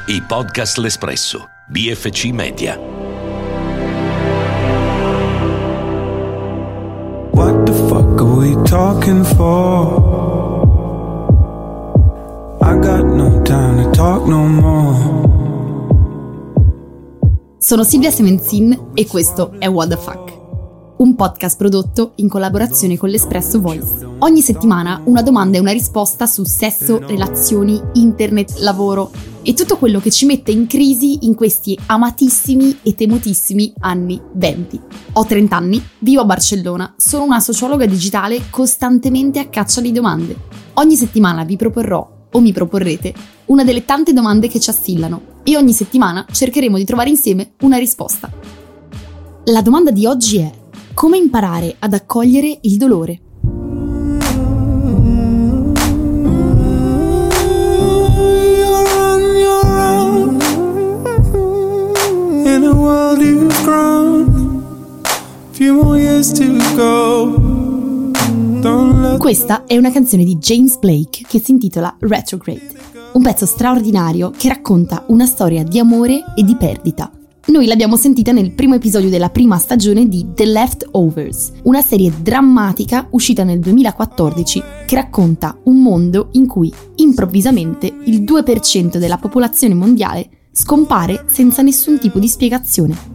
I podcast L'Espresso, BFC Media. What the fuck are we talking for? I got no time to talk no more. Sono Silvia Semenzin e questo è What the Fuck, un podcast prodotto in collaborazione con l'Espresso Voice. Ogni settimana una domanda e una risposta su sesso, relazioni, internet, lavoro e tutto quello che ci mette in crisi in questi amatissimi e temutissimi anni 20. Ho 30 anni, vivo a Barcellona, sono una sociologa digitale costantemente a caccia di domande. Ogni settimana vi proporrò, o mi proporrete, una delle tante domande che ci assillano e ogni settimana cercheremo di trovare insieme una risposta. La domanda di oggi è: come imparare ad accogliere il dolore? Questa è una canzone di James Blake che si intitola Retrograde, un pezzo straordinario che racconta una storia di amore e di perdita. Noi l'abbiamo sentita nel primo episodio della prima stagione di The Leftovers, una serie drammatica uscita nel 2014 che racconta un mondo in cui improvvisamente il 2% della popolazione mondiale scompare senza nessun tipo di spiegazione.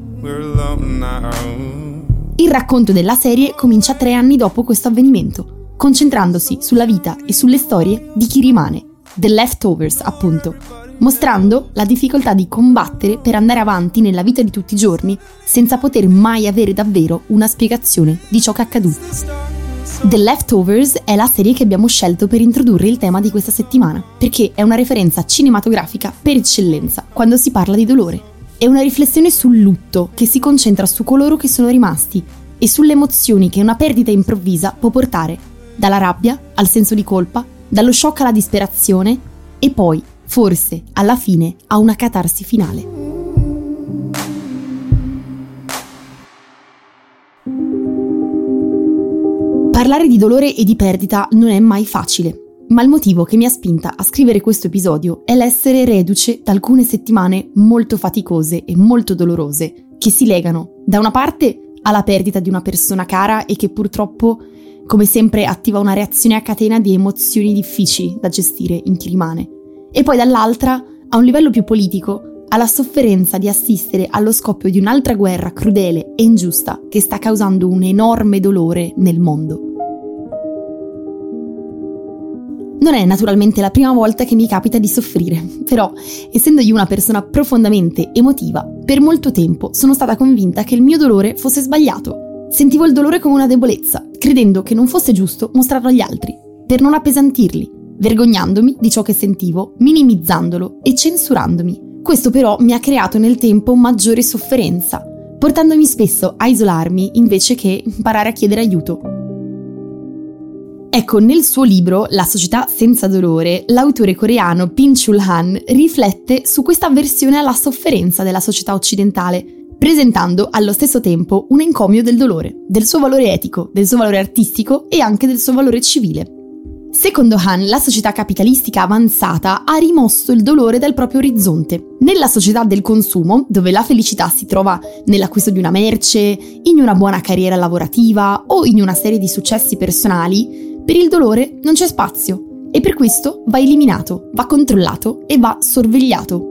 Il racconto della serie comincia 3 anni dopo questo avvenimento, concentrandosi sulla vita e sulle storie di chi rimane, The Leftovers appunto, mostrando la difficoltà di combattere per andare avanti nella vita di tutti i giorni senza poter mai avere davvero una spiegazione di ciò che è accaduto. The Leftovers è la serie che abbiamo scelto per introdurre il tema di questa settimana, perché è una referenza cinematografica per eccellenza quando si parla di dolore. È una riflessione sul lutto che si concentra su coloro che sono rimasti e sulle emozioni che una perdita improvvisa può portare, dalla rabbia al senso di colpa, dallo shock alla disperazione e poi, forse, alla fine, a una catarsi finale. Parlare di dolore e di perdita non è mai facile, ma il motivo che mi ha spinta a scrivere questo episodio è l'essere reduce da alcune settimane molto faticose e molto dolorose, che si legano, da una parte, alla perdita di una persona cara e che purtroppo, come sempre, attiva una reazione a catena di emozioni difficili da gestire in chi rimane. E poi dall'altra, a un livello più politico, alla sofferenza di assistere allo scoppio di un'altra guerra crudele e ingiusta che sta causando un enorme dolore nel mondo. Non è naturalmente la prima volta che mi capita di soffrire, però, essendo io una persona profondamente emotiva, per molto tempo sono stata convinta che il mio dolore fosse sbagliato. Sentivo il dolore come una debolezza, credendo che non fosse giusto mostrarlo agli altri, per non appesantirli, vergognandomi di ciò che sentivo, minimizzandolo e censurandomi. Questo però mi ha creato nel tempo maggiore sofferenza, portandomi spesso a isolarmi invece che imparare a chiedere aiuto. Ecco, nel suo libro La società senza dolore, l'autore coreano Pin-Chul Han riflette su questa avversione alla sofferenza della società occidentale, presentando allo stesso tempo un encomio del dolore, del suo valore etico, del suo valore artistico e anche del suo valore civile. Secondo Han, la società capitalistica avanzata ha rimosso il dolore dal proprio orizzonte. Nella società del consumo, dove la felicità si trova nell'acquisto di una merce, in una buona carriera lavorativa o in una serie di successi personali, per il dolore non c'è spazio e per questo va eliminato, va controllato e va sorvegliato.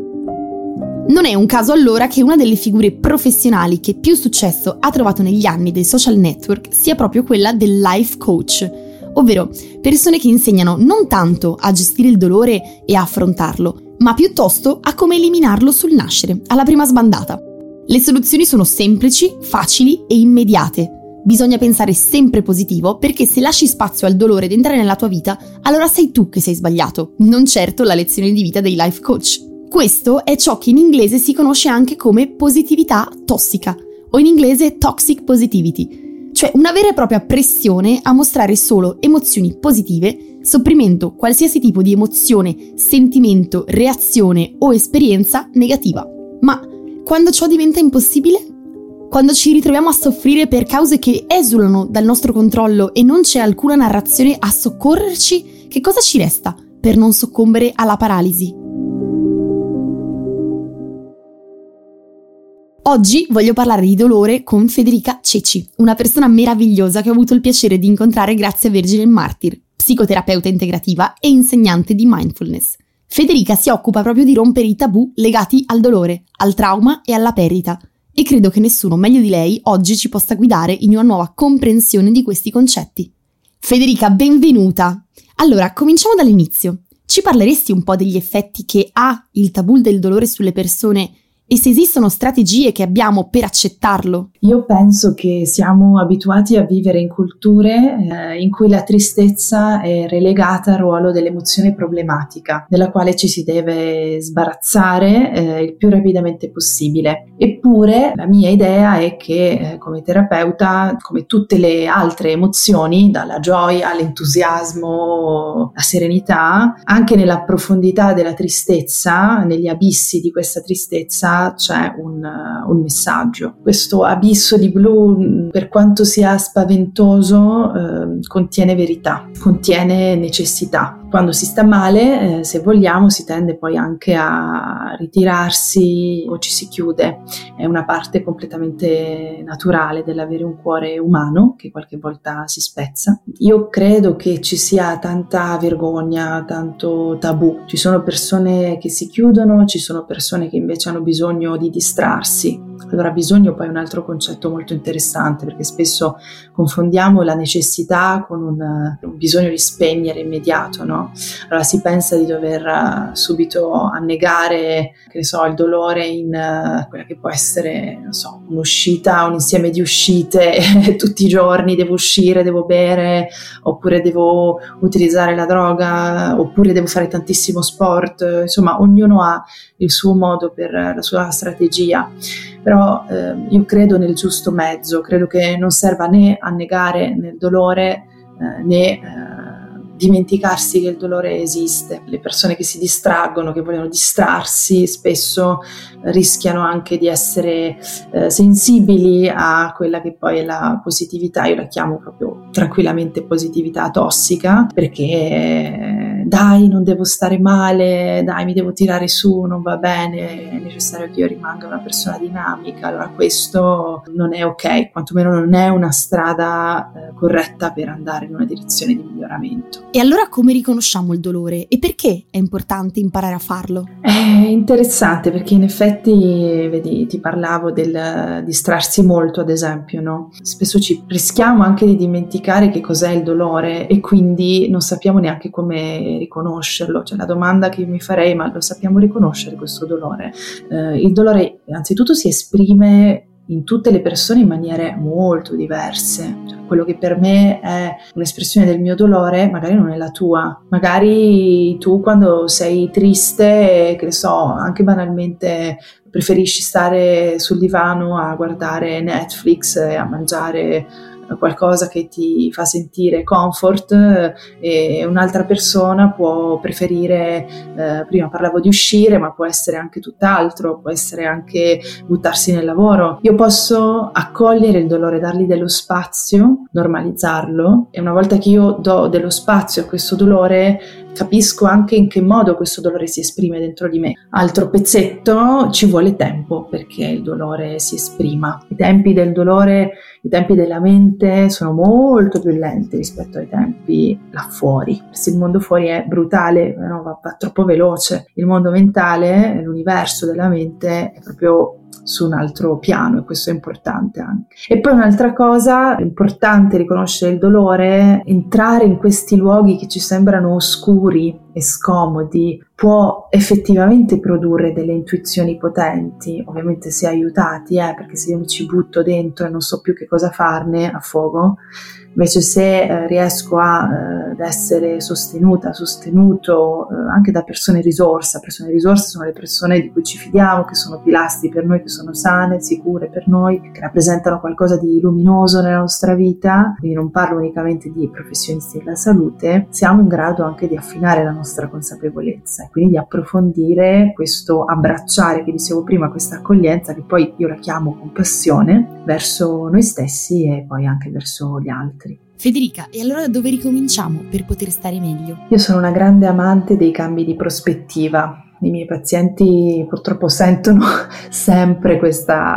Non è un caso allora che una delle figure professionali che più successo ha trovato negli anni dei social network sia proprio quella del life coach, ovvero persone che insegnano non tanto a gestire il dolore e a affrontarlo, ma piuttosto a come eliminarlo sul nascere, alla prima sbandata. Le soluzioni sono semplici, facili e immediate. Bisogna pensare sempre positivo, perché se lasci spazio al dolore di entrare nella tua vita, allora sei tu che sei sbagliato, non certo la lezione di vita dei life coach. Questo è ciò che in inglese si conosce anche come positività tossica, o in inglese toxic positivity, cioè una vera e propria pressione a mostrare solo emozioni positive, sopprimendo qualsiasi tipo di emozione, sentimento, reazione o esperienza negativa. Ma quando ciò diventa impossibile? Quando ci ritroviamo a soffrire per cause che esulano dal nostro controllo e non c'è alcuna narrazione a soccorrerci, che cosa ci resta per non soccombere alla paralisi? Oggi voglio parlare di dolore con Federica Ceci, una persona meravigliosa che ho avuto il piacere di incontrare grazie a Virgile Martyr, psicoterapeuta integrativa e insegnante di mindfulness. Federica si occupa proprio di rompere i tabù legati al dolore, al trauma e alla perdita, e credo che nessuno meglio di lei oggi ci possa guidare in una nuova comprensione di questi concetti. Federica, benvenuta! Allora, cominciamo dall'inizio. Ci parleresti un po' degli effetti che ha il tabù del dolore sulle persone e se esistono strategie che abbiamo per accettarlo? Io penso che siamo abituati a vivere in culture in cui la tristezza è relegata al ruolo dell'emozione problematica, della quale ci si deve sbarazzare il più rapidamente possibile. Eppure la mia idea è che come terapeuta, come tutte le altre emozioni, dalla gioia all'entusiasmo, la serenità, anche nella profondità della tristezza, negli abissi di questa tristezza, c'è un messaggio. Questo abisso di blu, per quanto sia spaventoso, contiene verità, contiene necessità. Quando si sta male, se vogliamo, si tende poi anche a ritirarsi o ci si chiude. È una parte completamente naturale dell'avere un cuore umano che qualche volta si spezza. Io credo che ci sia tanta vergogna, tanto tabù. Ci sono persone che si chiudono, ci sono persone che invece hanno bisogno di distrarsi. Allora, bisogno poi è un altro concetto molto interessante, perché spesso confondiamo la necessità con un bisogno di spegnere immediato, no? Allora si pensa di dover subito annegare, che ne so, il dolore in quella che può essere, non so, un'uscita, un insieme di uscite tutti i giorni, devo uscire, devo bere, oppure devo utilizzare la droga, oppure devo fare tantissimo sport. Insomma, ognuno ha il suo modo per la sua strategia. Però io credo nel giusto mezzo, credo che non serva né annegare nel dolore né dimenticarsi che il dolore esiste. Le persone che si distraggono, che vogliono distrarsi, spesso rischiano anche di essere sensibili a quella che poi è la positività. Io la chiamo proprio tranquillamente positività tossica, perché dai, non devo stare male, dai, mi devo tirare su, non va bene, è necessario che io rimanga una persona dinamica. Allora questo non è ok, quantomeno non è una strada corretta per andare in una direzione di miglioramento. E allora come riconosciamo il dolore e perché è importante imparare a farlo? È interessante perché in effetti, vedi, ti parlavo del distrarsi molto, ad esempio, no? Spesso ci rischiamo anche di dimenticare che cos'è il dolore e quindi non sappiamo neanche come riconoscerlo. Cioè la domanda che io mi farei: ma lo sappiamo riconoscere questo dolore? Il dolore anzitutto si esprime in tutte le persone in maniere molto diverse. Cioè, quello che per me è un'espressione del mio dolore magari non è la tua. Magari tu quando sei triste, che ne so, anche banalmente preferisci stare sul divano a guardare Netflix e a mangiare qualcosa che ti fa sentire comfort, e un'altra persona può preferire, prima parlavo di uscire, ma può essere anche tutt'altro, può essere anche buttarsi nel lavoro. Io posso accogliere il dolore, dargli dello spazio, normalizzarlo, e una volta che io do dello spazio a questo dolore capisco anche in che modo questo dolore si esprime dentro di me. Altro pezzetto: ci vuole tempo perché il dolore si esprima. I tempi del dolore, i tempi della mente sono molto più lenti rispetto ai tempi là fuori. Se il mondo fuori è brutale, no, va troppo veloce. Il mondo mentale, l'universo della mente è proprio su un altro piano, e questo è importante anche. E poi un'altra cosa, è importante riconoscere il dolore, entrare in questi luoghi che ci sembrano oscuri e scomodi può effettivamente produrre delle intuizioni potenti, ovviamente se aiutati, perché se io mi ci butto dentro e non so più che cosa farne, affogo. Invece se riesco ad essere sostenuto anche da persone risorsa sono le persone di cui ci fidiamo, che sono pilastri per noi, che sono sane, sicure per noi, che rappresentano qualcosa di luminoso nella nostra vita. Quindi non parlo unicamente di professionisti della salute, siamo in grado anche di affinare la nostra consapevolezza e quindi di approfondire questo abbracciare che dicevo prima, questa accoglienza che poi io la chiamo compassione verso noi stessi e poi anche verso gli altri. Federica, e allora da dove ricominciamo per poter stare meglio? Io sono una grande amante dei cambi di prospettiva. i miei pazienti purtroppo sentono sempre questa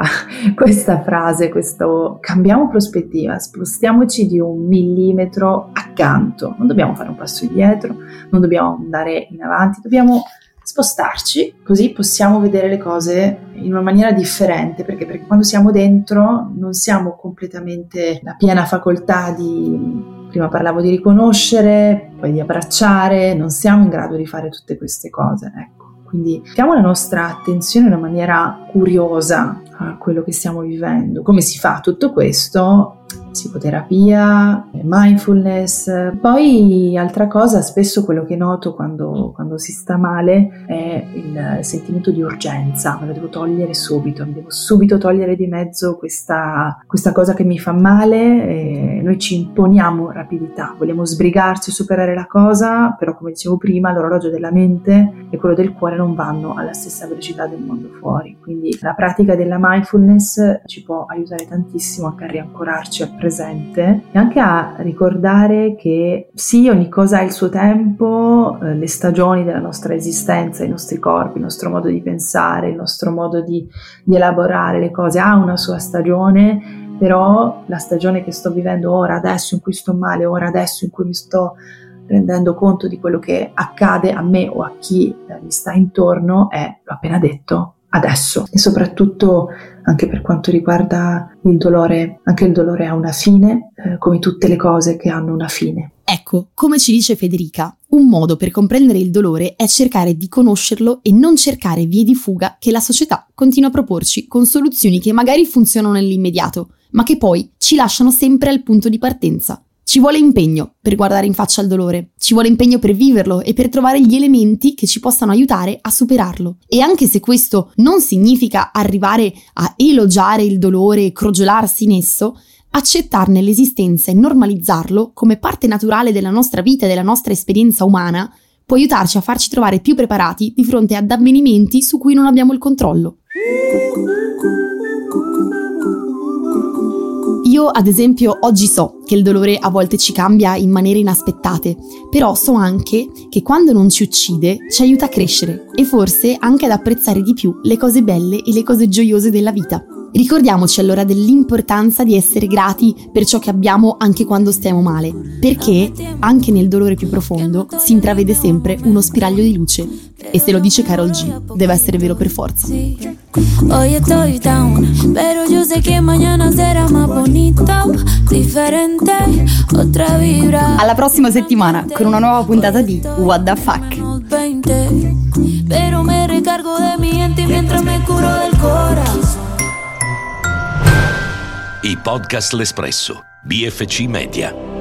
frase, questo cambiamo prospettiva, spostiamoci di 1 millimetro accanto, non dobbiamo fare un passo indietro, non dobbiamo andare in avanti, dobbiamo spostarci, così possiamo vedere le cose in una maniera differente, perché quando siamo dentro non siamo completamente la piena facoltà di, prima parlavo di riconoscere, poi di abbracciare, non siamo in grado di fare tutte queste cose, ecco. Quindi mettiamo la nostra attenzione in una maniera curiosa a quello che stiamo vivendo. Come si fa tutto questo? Psicoterapia, mindfulness. Poi altra cosa, spesso quello che noto quando si sta male è il sentimento di urgenza, me lo devo togliere subito, mi devo subito togliere di mezzo questa cosa che mi fa male, e noi ci imponiamo rapidità, vogliamo sbrigarci a superare la cosa, però come dicevo prima l'orologio della mente e quello del cuore non vanno alla stessa velocità del mondo fuori, quindi la pratica della mindfulness ci può aiutare tantissimo anche a riancorarci al presente e anche a ricordare che sì, ogni cosa ha il suo tempo, le stagioni della nostra esistenza, i nostri corpi, il nostro modo di pensare, il nostro modo di elaborare le cose ha una sua stagione, però la stagione che sto vivendo ora, adesso in cui sto male, ora adesso in cui mi sto rendendo conto di quello che accade a me o a chi mi sta intorno è, l'ho appena detto, adesso. E soprattutto anche per quanto riguarda il dolore, anche il dolore ha una fine, come tutte le cose che hanno una fine. Ecco, come ci dice Federica, un modo per comprendere il dolore è cercare di conoscerlo e non cercare vie di fuga che la società continua a proporci con soluzioni che magari funzionano nell'immediato, ma che poi ci lasciano sempre al punto di partenza. Ci vuole impegno per guardare in faccia al dolore, ci vuole impegno per viverlo e per trovare gli elementi che ci possano aiutare a superarlo. E anche se questo non significa arrivare a elogiare il dolore e crogiolarsi in esso, accettarne l'esistenza e normalizzarlo come parte naturale della nostra vita e della nostra esperienza umana può aiutarci a farci trovare più preparati di fronte ad avvenimenti su cui non abbiamo il controllo. Io, ad esempio, oggi so che il dolore a volte ci cambia in maniere inaspettate, però so anche che quando non ci uccide ci aiuta a crescere e forse anche ad apprezzare di più le cose belle e le cose gioiose della vita. Ricordiamoci allora dell'importanza di essere grati per ciò che abbiamo anche quando stiamo male, perché anche nel dolore più profondo si intravede sempre uno spiraglio di luce. E se lo dice Karol G, deve essere vero per forza. Hoy estoy down, pero yo sé que mañana será más bonito, diferente, otra vibra. Alla prossima settimana con una nuova puntata di What the Fuck. Pero me recargo de mi gente mientras me curo del corazón. I podcast L'Espresso, BFC Media.